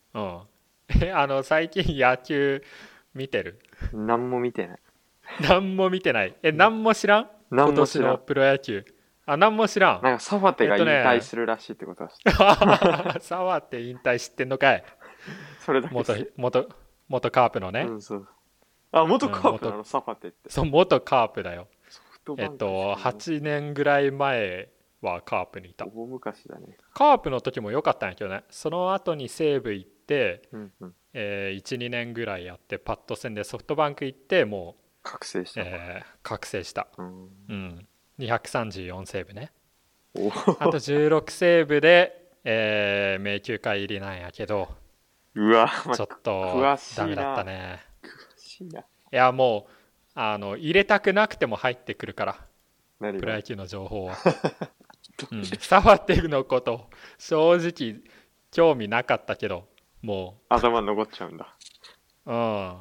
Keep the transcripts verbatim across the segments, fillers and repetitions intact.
うん。え、あの、最近野球見てる？ 何も見てない。 何も見てない。え、何も知らん？今何も知らん。 年のプロ野球。あ、何も知らん。 なんかサファテえっが引退とね、 するらしいってことは知ってる。 沢って引退知ってんのかい？ それだけ知っ元、 てる。 元、元カープのね。 うん、そう。あ、元うん、元、 カープなのサファテって。 そう、元カープだよ。 ソフトバンクしえっと、 かもはちねんぐらい前はカープにいた。 う大昔だね。 カープの時も良かったんやけどね。その後に西武行って、 うんうん。 えー、いち、にねんぐらいやって、パット戦でソフトバンク行って、もう、 覚醒したのか。 えー覚醒した。 うん。 うん。にひゃくさんじゅうよんセーブね。 おあとお。 じゅうろくセーブで、えー迷宮会入りなんやけど、 うわ、まあ、 ちょっと詳ダメだったしいな。 ね。 詳しいな。 いや、もう、あの、入れたくなくても入ってくるから、 何が？ プロ野球の情報は。うん。触っていくのこと、正直、興味なかったけど、も頭に残っちゃうんだ。 う、うん。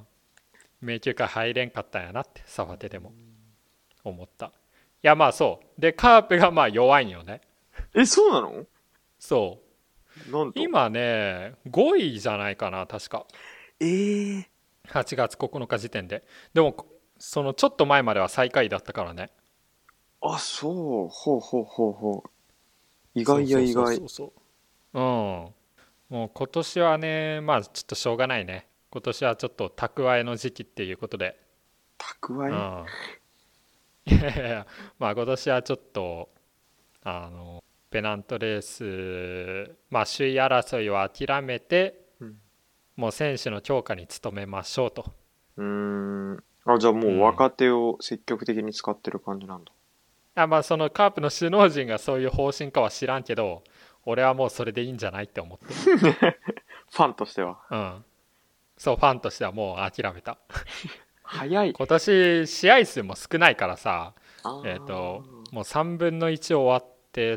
迷宮会入れんかったんやなって、触ってでも思った。いや、まあそう。で、カープがまあ弱いんよね。 え、そうなの？ そう。 なんと。 今ね、ごいじゃないかな、確か。 ええはちがつここのか時点で。でも、そのちょっと前までは最下位だったからね。 ー。あ、そう。ほうほうほうほう。意外やそうそうそう意外。 そうそう。うん。もう今年はね、まあちょっとしょうがないね。今年はちょっと蓄えの時期っていうことで。 蓄え。 うん。いやいやいや、まあ今年はちょっと、あの、ペナントレース、まあ首位争いは諦めて、 うん。 もう選手の強化に努めましょうと。 うーん。あ、じゃあもううん。 若手を積極的に使ってる感じなんだ。 あ、まあそのカープの首脳陣がそういう方針かは知らんけど、俺はもうそれでいいんじゃないって思ってる。 ファンとしては。 うん。そう、ファンとしてはもう諦めた。 早い。 今年試合数も少ないからさ、 あえっ、と、 あ。 もうさんぶんのいち終わって、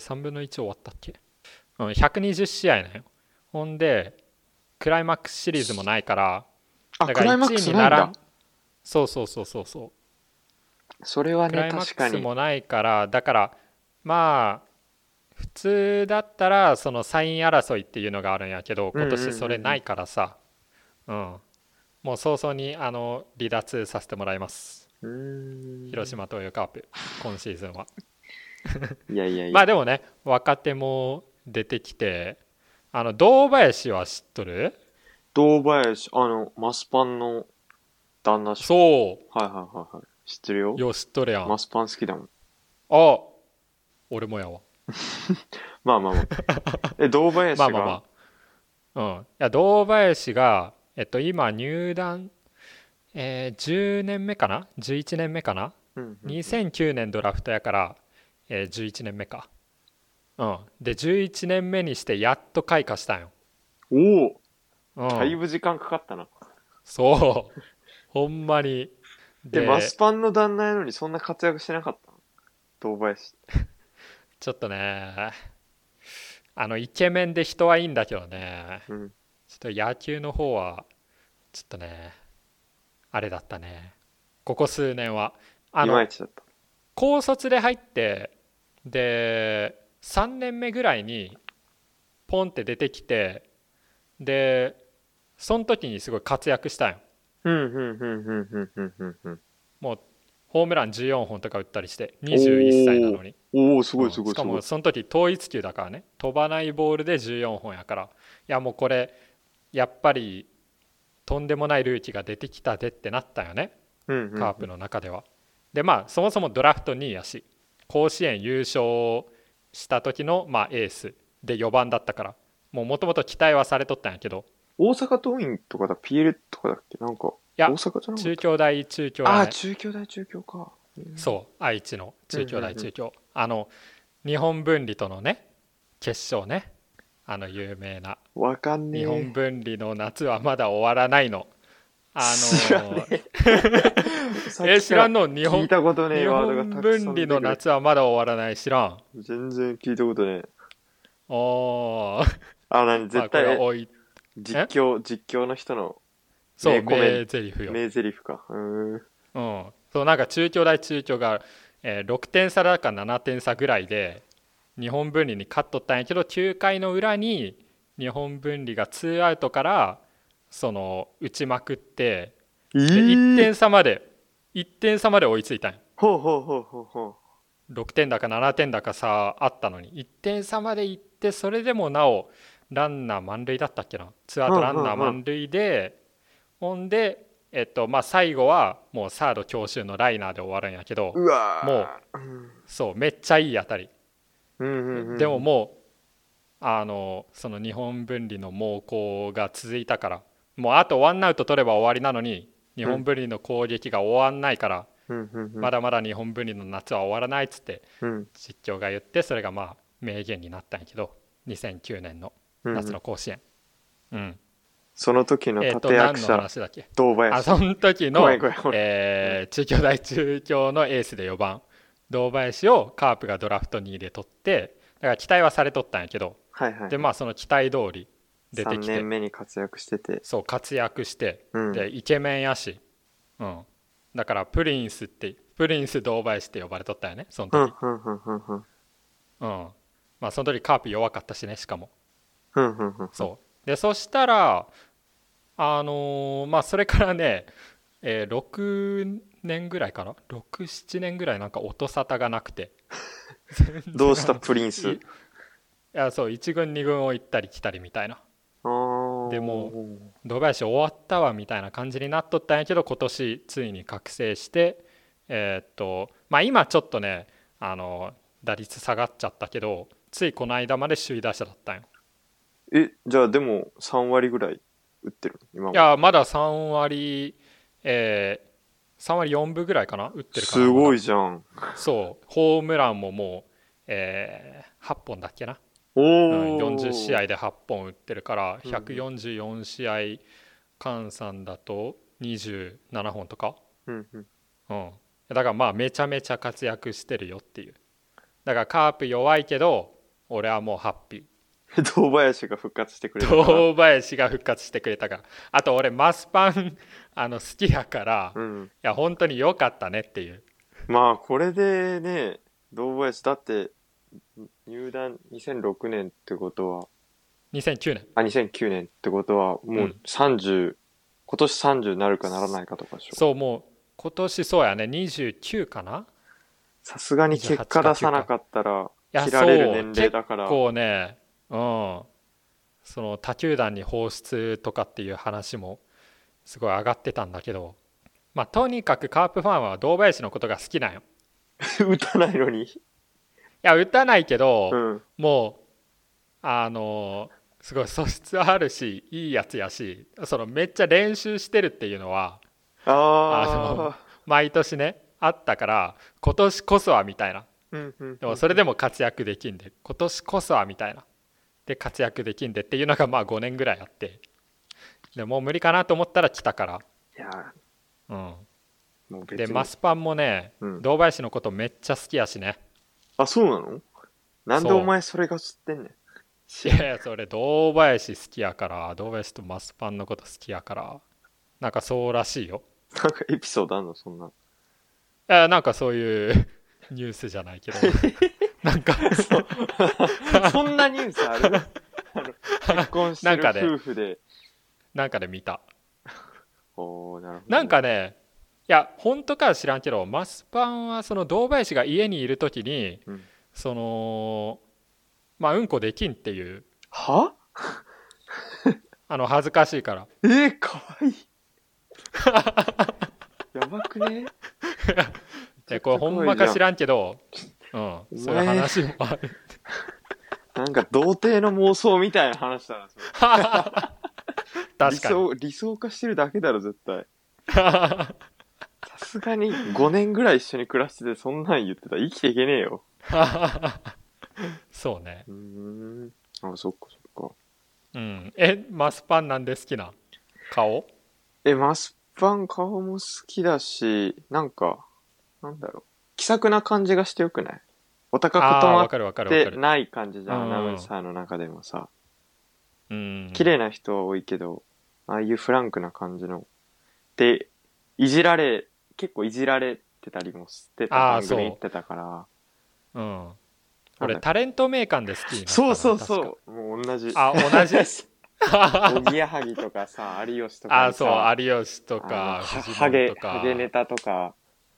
さんぶんのいち終わったっけ？うん、ひゃくにじゅう試合ね。ほんで、クライマックスシリーズもないから、 あ、 だから1 クライマック位スないんだ。 にならん、そうそうそうそうそう。 それはね、 クライマッ確かに。 クスもないから、だから、まあ、普通だったら、そのサイン争いっていうのがあるんやけど、 うんう今年それんうんないからさ、うん。もう早々に、あの、離脱させてもらいます。 うん。うーん。 広島東洋カープ、今シーズンは。 いやいやいや。 まあでもね、若手も出てきて、あの、堂林は知っとる？ 堂林、あの、マスパンの旦那し、 そはいはいはいはい。知ってるう、 よ。 よう知っとるやん。 マスパン好きだもん。 あ、俺もやわ。 まあまあまあ。え、堂林が？ まあまあまあ。うん。いや、堂林が、えっと、今入団、えー、じゅうねんめかな？ じゅういち 年目かな？ うんうんうん。 にせんきゅう 年ドラフトやから、えー、じゅういちねんめか。うん。で、じゅういちねんめにしてやっと開花したんよ。 おお、 うん。 だいぶ時間かかったな。 そう。ほんまに。 え、マスで、 パンの旦那やのにそんな活躍しなかったの？堂林。 ちょっとね、あの、イケメンで人はいいんだけどね、 うん。 ちょっと野球の方は、ちょっとね、あれだったね。ここ数年は。あいまの、 いちだった。 高卒で入って、で、さんねんめぐらいに、ポンって出てきて、で、その時にすごい活躍したんよ。 うん、うん、うん、うん、うん、うん、うん。うん。 もう、ホームランじゅうよんほんとか打ったりして、にじゅういっさいなおー。 のに。 おー、すごいすうん、 ごいすごい。 しかもその時統一球だからね、飛ばないボールでじゅうよんほんやから、いやもうこれやっぱりとんでもないルーキーが出てきたでってなったよね、 うん、うん、うん。 カープの中では。でまあそもそもドラフトにいやし、甲子園優勝した時のまあエースでよばんだったから、もともと期待はされとったんやけど、 大阪桐蔭とかだ、ピエールとかだっけなんか、 いや、 大阪じゃなかっ中たっけ？ 京大中京やああー、 ね。 中京大中京か。うん、 そう愛知のうん、 中京大うん。 中京、あの日本文理とのね決勝ね、あの有名なわかん日本ねえ。 分離の夏はまだ終わらないの。あ知らねのー、 え。さっえ、 きから知らんの？日本、 聞いたことねえ日ワードがたくさ本分離ん出てくる。 の夏はまだ終わらない。知らん？ 全然聞いたことねえ。 おー、 あ、なに、 まあこ絶対、え、 れは置い、え実況、実況の人のそう、 名コメン、 名台詞よ。 名台詞か。うーん。 うん。そう、なんか中京大中京が、えーろくてん差だかななてん差ぐらいで、日本分離に勝っとったんやけど、きゅうかいの裏に日本文理がツーアウトからその打ちまくってえでいってんー、 差までいってん差まで追いついたんよ。 ほうほうほうほうほろくてんだかななてんだか差あったのにいってん差まで行って、それでもなおランナー満塁だったっけな、ツーアう。 ウトはんランナー満はんはん。 塁で、ほんでえっとまあ最後はもうサード強襲のライナーで終わるんやけど、 うもわー。うん。 うそうめっちゃいい当たりうんうんうんうん。 でももうあのその日本文理の猛攻が続いたから、もうあとワンアウト取れば終わりなのに日うん本文理の攻撃が終わんないから、 うんうんうんまだまだ日本文理の夏は終わらないっつってうん。 実況が言って、それがまあ名言になったんやけど、にせんきゅうねんの夏うんうん。 の甲子園。うんその時のえっ、と立役何の者、 話だっけ。 堂あそ林。 の時ごめんの、 ごめんごめん。うん。 えー中京大中京のエースでよばん堂林をカープがドラフトにいで取って、だから期待はされとったんやけど、 はいはいはい。 でまあその期待通り出て 3年きて、 目に活躍してて。 そう活躍して、 うん。 でイケメンやし、うん、だからプリンスってプリンス堂林って呼ばれとったよねその時。 ふんふんふんふんふん。 うんまあその時カープ弱かったしね、しかも。 ふんふんふんふん。 そうでそしたらあのーまあそれからね、えーろくねんぐらいかな、ろく、ななねんぐらいなんか音沙汰がなくて全どうした然あのいいプリンス？ やそういち軍に軍を行ったり来たりみたいな。 あでもうー。 堂林終わったわみたいな感じになっとったんやけど、今年ついに覚醒して、えーっとまあ今ちょっとねあの打率下がっちゃったけど、ついこの間まで首位打者だったんよ。 え、じゃあでもさん割ぐらい打ってる今いも？ やまださん割、えー、さん割よんぶぐらいかな打ってるかなまだ。 すごいじゃん。 そうホームランももう、えー、はっぽんだっけな、うん、よんじゅう試おー。 合ではっぽん打ってるからうんうんひゃくよんじゅうよん試合換算だとにじゅうななほんとか、 うんうん。 うん、だからまあめちゃめちゃ活躍してるよっていう。だからカープ弱いけど俺はもうハッピー。 堂林が復活してくれたから。 堂林が復活してくれたから。あと俺マスパンあの好きやから、 うん。 いや本当に良かったねっていう。 まあこれでね、堂林だって入団にせんろくねんってことは、 にせんきゅうねん。 あ、にせんきゅうねんってことはもううんさんじゅう、今年さんじゅうなるかならないかとかでしょ？ そうもう今年そうやねにじゅうきゅうかな、 さすがに結果出さなかったらいや切られるそう年齢結だから。 構ね、うんその他球団に放出とかっていう話もすごい上がってたんだけど、まあとにかくカープファンは堂林のことが好きなんよ。 打たないのに。 いや打たないけど、 うん。 もうあのすごい素質あるしいいやつやし、そのめっちゃ練習してるっていうのはあのああ。 毎年ねあったから、今年こそはみたいな。 うんうんでうんうん。 もそれでも活躍できんで今年こそはみたいな、で活躍できんでっていうのがまあごねんぐらいあって、でもう無理かなと思ったら来たから。 いや、 うん、 もう別に。 でマスパンもねうん。 堂林のことめっちゃ好きやしね。 あ、そうなの？なんでおそ前それが知ってんねん。 ういやいやそれ堂林好きやから、堂林とマスパンのこと好きやから、なんかそうらしいよ。 なんかエピソードあんのそんな？ いやなんかそういうニュースじゃないけどなんかそうそんなニュースある？あの結婚してるなんかね夫婦で。 なんかで見た。 おー、なるほどなんね。 かね、いや本当かは知らんけど、マスパンはその堂林が家にいる時にうん。 そのまあうんこできんっていう、 は？ あの恥ずかしいから。 えー、かわいい。やばくね？めちゃくちゃでこれほん可愛いじゃん。 まか知らんけど、うんおそういう前、 話もあるなんか童貞の妄想みたいな話だな、それ。理確かに想、理想化してるだけだろ、絶対。さすがにごねんぐらい一緒に暮らしててそんなん言ってたら生きていけねえよ。 そうね。 うーん。あ、そっかそっか。 うんえマスパンなんで好きな顔。 え、マスパン顔も好きだし、なんか、なんだろう。気さくな感じがしてよくない？お高くああー止まっわかるわかるわかる。 てない感じじゃん、 うんアナウンサーの中でもさ。 うん綺麗な人は多いけど、ああいうフランクな感じの。で、いじられ、結構いじられてたりもしてたああ番組行っそてたから、 う、うん俺タレント名鑑で好きになったそうな。 そうそ確かう。もう同じ。 あ同じおぎやはぎとかさ、有吉とかあにさ、 そう有吉とあのかはフジハゲモンとかハゲネタとか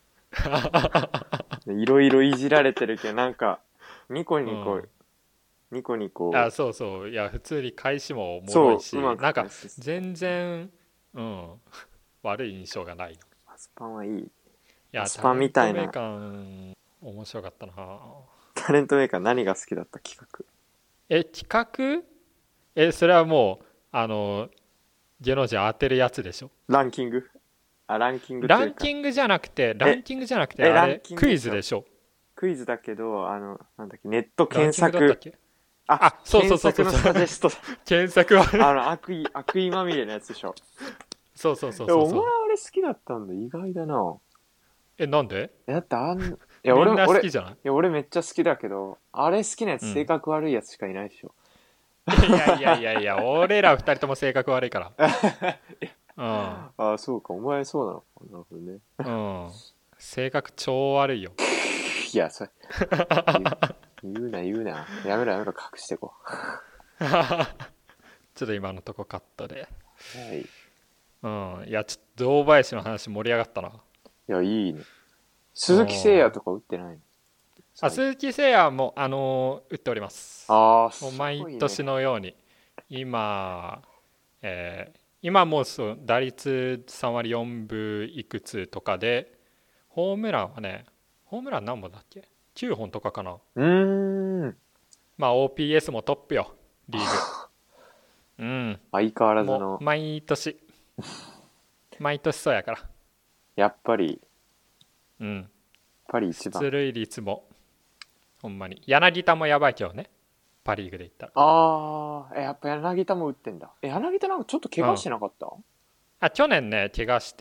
いろいろいじられてるけど、なんかニコニコ、 うんニコニコ、 あそうそういや普通に返しもおもろそういしうまくなんか返すし全然うん悪い印象がないの。いアスパンはいい。 やアスパンみたいなタレント名鑑面白かったな。 タレントメーカー何が好きだった企画？ え企画えそれはもうあの芸能人当てるやつでしょ。 ランキングあ、ランキングっていうかランキングじゃなくてランキングじゃなくてえあれランキングクイズでしょ。 クイズだけど、あの、なんだっけ、ネットラン検キングだったっ索、 け。 あ、 あそうそうそうそう検索のサジェストだ。 検索はあの、悪意、悪意まみれのやつでしょ。 そうそうそういやお前そうそうあれ好きだったんだ、意外だな。 えなんでえだってあん、いや、俺、 みんな好俺、いきじゃないや、俺めっちゃ好きだけど、あれ好きなやつ、 うん性格悪いやつしかいないでしょ。 いやいやいやいや俺ら二人とも性格悪いからああ、そうか、お前そうなのか。なるほどね。 うんうん性格超悪いよいや、それ、言う言うな、言うな。やめろ、やめろ、隠してこちょっと今のとこカットでう。はい。いうんいやちょっと堂林の話盛り上がったな。 や、いいね。鈴木誠也とか打ってないの？ あ鈴木誠也もあのー打っております。 ああ、すもうごいね。 毎年のように今、えー今もうそう打率さん割よんぶいくつとかでホームランはねホームラン何本だっけきゅうほんとかかな。 うーん。 まあ オーピーエス もトップよリーグうん相変わらずものう、毎年毎年そうやからやっぱり、やっうんぱり一番。 出塁率もほんまに柳田もやばい今日ねパ・リーグで言ったら。 ああ、え、やっぱ柳田も打ってんだ。え、柳田なんかちょっと怪我してなかった？ あ去年ね怪我して、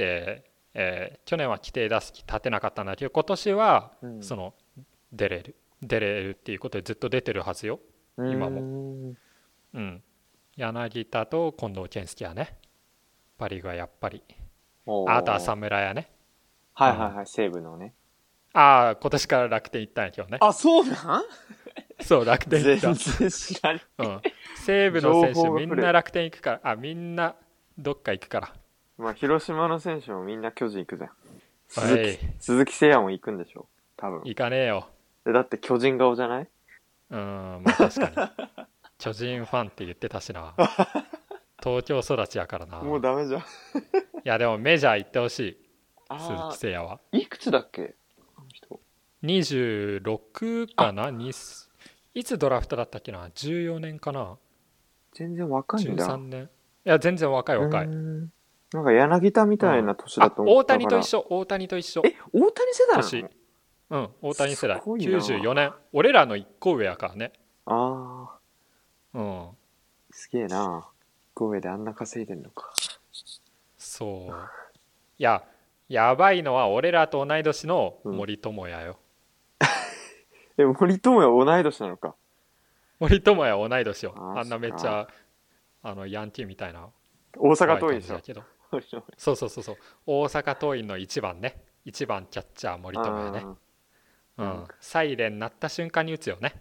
えー去年は規定打席立てなかったんだけど今年はうんその出れる出れるっていうことでずっと出てるはずよ今も。 うーんうん柳田と近藤健介はねパ・リーグはやっぱりおーああと浅村やね。 はいはいはい、西武のね。 ああ今年から楽天行ったんや今日ね。 あ、そうなん？ そう楽天行全っ然知らねた、うん、西武の選手情報が古いみんな楽天行くからあみんなどっか行くからえ。まあ、広島の選手もみんな巨人行くじゃん。 お鈴い木、鈴木誠也も行くんでしょ多分。 行かねえよ。 でだって巨人顔じゃない？ うんまあ確かに巨人ファンって言ってたしな東京育ちやからな。 もうダメじゃん。 いやでもメジャー行ってほしい鈴木あ誠也は。 ーいくつだっけあの人。 にじゅうろくかなにいつドラフトだったっけなじゅうよねんかな全然若いんだ。 じゅうさんねん。いや全然若いう若い。 ーんなんか柳田みたいな年だとあ大思ったから。 谷と一緒大谷と一緒え、大谷世代な年の？ うん大谷世代すごいなきゅうじゅうよねん俺らのいっこ上やからね。 あうんあ、すげえな。ご上であんな稼いでんのか。 そういややばいのは俺らと同い年の森友哉よ、 え、森友哉同い年なのか。 森友哉同い年よ。 あーあんなめっちゃあのヤンキーみたいな大阪怖い桐蔭でしょ感じだけどそうそうそうそう大阪桐蔭のいちばんねいちばんキャッチャー森友哉ね、うなんん、サイレン鳴った瞬間に打つよね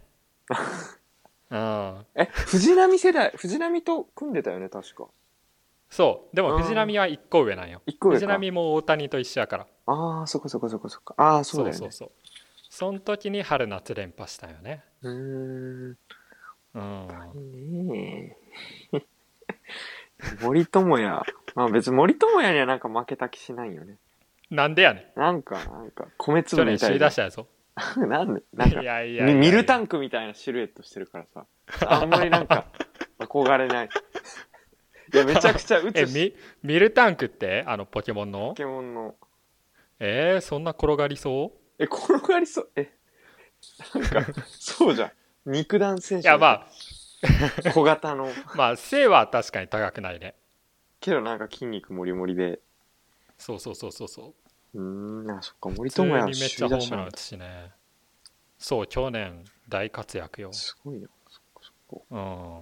うんえ、藤波世代、藤波と組んでたよね、確か。 そうでも藤波はいっこ上なんよ。 一個上か藤波も大谷と一緒やから。 ああ、そこそこそこそこ。ああ、そうだよね。 そうそうそうその時に春夏連覇したよね。 うーん。 うんねえ。森友哉。まあ別に森友哉にはなんか負けた気しないよね。 なんでやねなんか、なんか、米ん去年首位粒みたいな。 打者やぞ。 なんでなんかいやいやいやいやミルタンクみたいなシルエットしてるからさ。あんまりなんか、憧れない。いや、めちゃくちゃ打つし。 えミミルタンクってあのポケモンのポケモンの。 えー、そんな転がりそうえ、転がりそう。え、なんか、そうじゃん。肉弾選手。 いやまあ小型の。 まあ背は確かに高くないね。 けどなんか筋肉もりもりで。 そうそうそうそうそううーん、あ、そっか、森普通に友哉はめっちゃホ首位打者なんだ。 ームラン打つしね。そう去年大活躍よ、 すごいな。そっかそっか。 うん、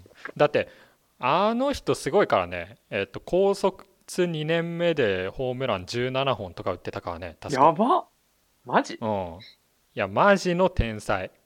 だってあの人すごいからねえっと高卒にねんめでホームランじゅうななほんとか打ってたからね確か。 やばマジうんいやマジの天才。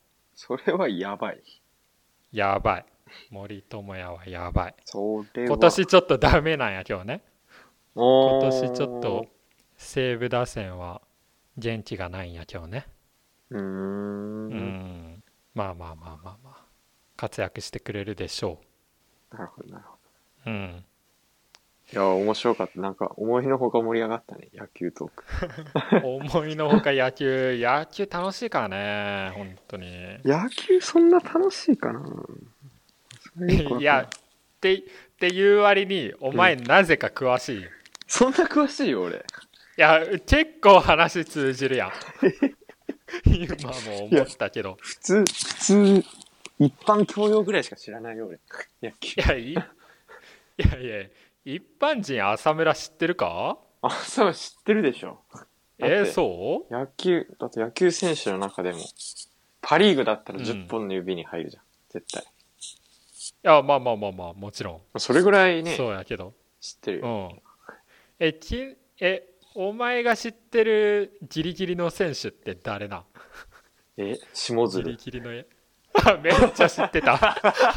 それはやばい。 やばい。森友哉はやばい。 それは今年ちょっとダメなんや今日ね。今今年ちょっと西武打線は元気がないんや今日ね。 うーんうんまあまあまあまあまあ活躍してくれるでしょなるほどなるほう。うんど。いや面白かった。なんか思いのほか盛り上がったね、野球トーク。 思いのほか野球野球楽しいからね本当に。 野球そんな楽しいかな。それよくわかんないいやってっていう割にお前なぜか詳しい、いそんな詳しいよ俺。 や結構話通じるやん今も思ったけど。 普通普通一般教養ぐらいしか知らないよ俺。野球。 いやいいやいや一般人浅村知ってるか？ あ、そう知ってるでしょ。だってえー、そう野球だって野球選手の中でもパリーグだったらうんじゅっぽんの指に入るじゃん、絶対。 いやまあまあまあまあもちろんそれぐらいねそうやけど知ってるよ。 うんえきえお前が知ってるギリギリの選手って誰な？ え、下ギリ鶴。 ギリのえあめっちゃ知ってた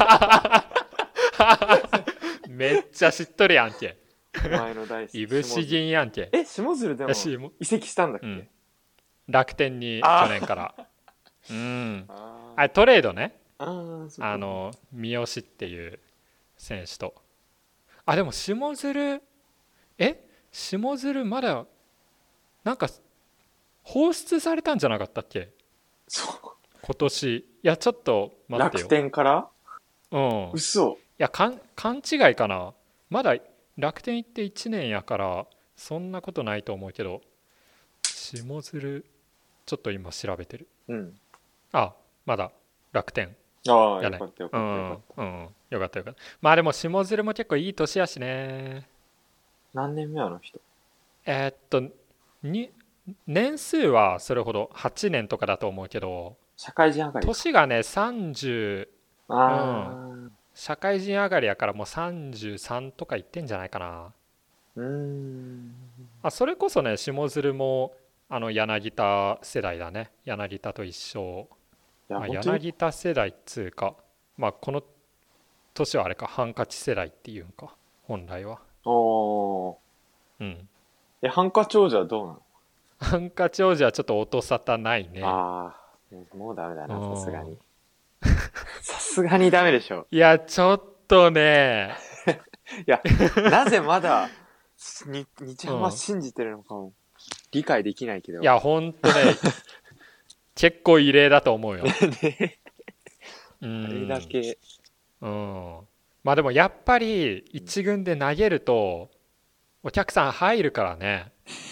めっちゃ知っとるやんけ。 お前の大好き。 いぶし銀やんけ。 え、下鶴でもやしも移籍したんだっけ？ うん楽天にあー去年からうんああれトレードね。 あー、そっかあの三好っていう選手と。あでも下鶴え下鶴まだなんか放出されたんじゃなかったっけそう今年。いやちょっと待って楽よ。 天からうんい嘘。 やかん勘違いかな。まだ楽天行っていちねんやからそんなことないと思うけど下鶴ちょっと今調べてる。 うん。 あまだ楽天ああ、 やねよかったようかったよかんった。 うんよかったよかった。まあでも下鶴も結構いい年やしね。 何年目あの人？ えーっとに年数はそれほどはちねんとかだと思うけど社会人上がりか。 年がねさんじゅうあ社会人上がりやからもうさんじゅうさんとかいってんじゃないかな。 あ、うーん。 あそれこそね下鶴もあの柳田世代だね。柳田と一緒、 いや、 まあ、 本当に柳田世代っつうかまあこの年はあれかハンカチ世代っていうんか本来は。 おー。 うんえ、ハンカ長者はどうなの？ ハンカチ王子はちょっと音沙汰ないね。 ああ、もうもうダメだな、 うんさすがに。さすがにダメでしょ。 いやちょっとねいや、なぜまだ、に、日ハムは信じてるのかも、理解できないけど。 いやほんとね結構異例だと思うよ。 ね、 うんあれだけ。 うんまあでもやっぱり一軍で投げるとお客さん入るからね。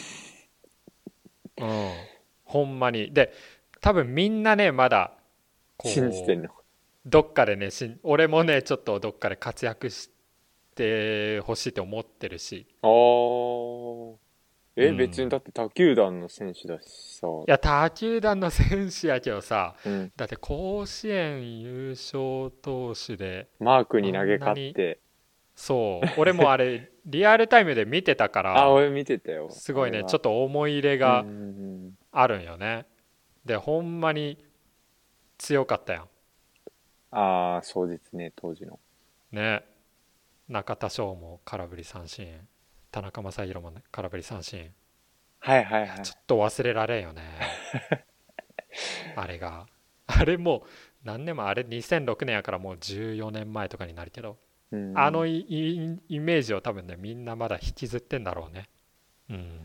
うんほんまに。で多分みんなねまだこう信じてんの。 どっかでねしん俺もねちょっとどっかで活躍してほしいと思ってるし。 あー。え、 うん別にだって他球団の選手だしさ。 いや他球団の選手やけどさうん。 だって甲子園優勝投手でマークに投げ勝って。 そう俺もあれリアルタイムで見てたかあ、 ら俺見てたよ。 すごいねちょっとと思い入れがうんあるんよね。でほんまに強かったやんああ、そうですね、当時の。 ね。中田翔も空振り三振田中将大も、ね、空振り三振はいはいはい。 ちょっと忘れられんよねあれがあれもう何年もあれにせんろくねんやからもうじゅうよねんまえとかになるけどうんあのイイイメージを多分ねみんなまだ引きずってんだろうね。うん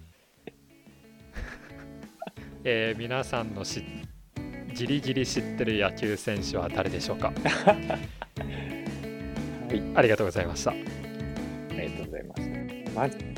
えー、皆さんのしギリギリ知ってる野球選手は誰でしょうかはい、 ありがとうございました。 ありがとうございます。ま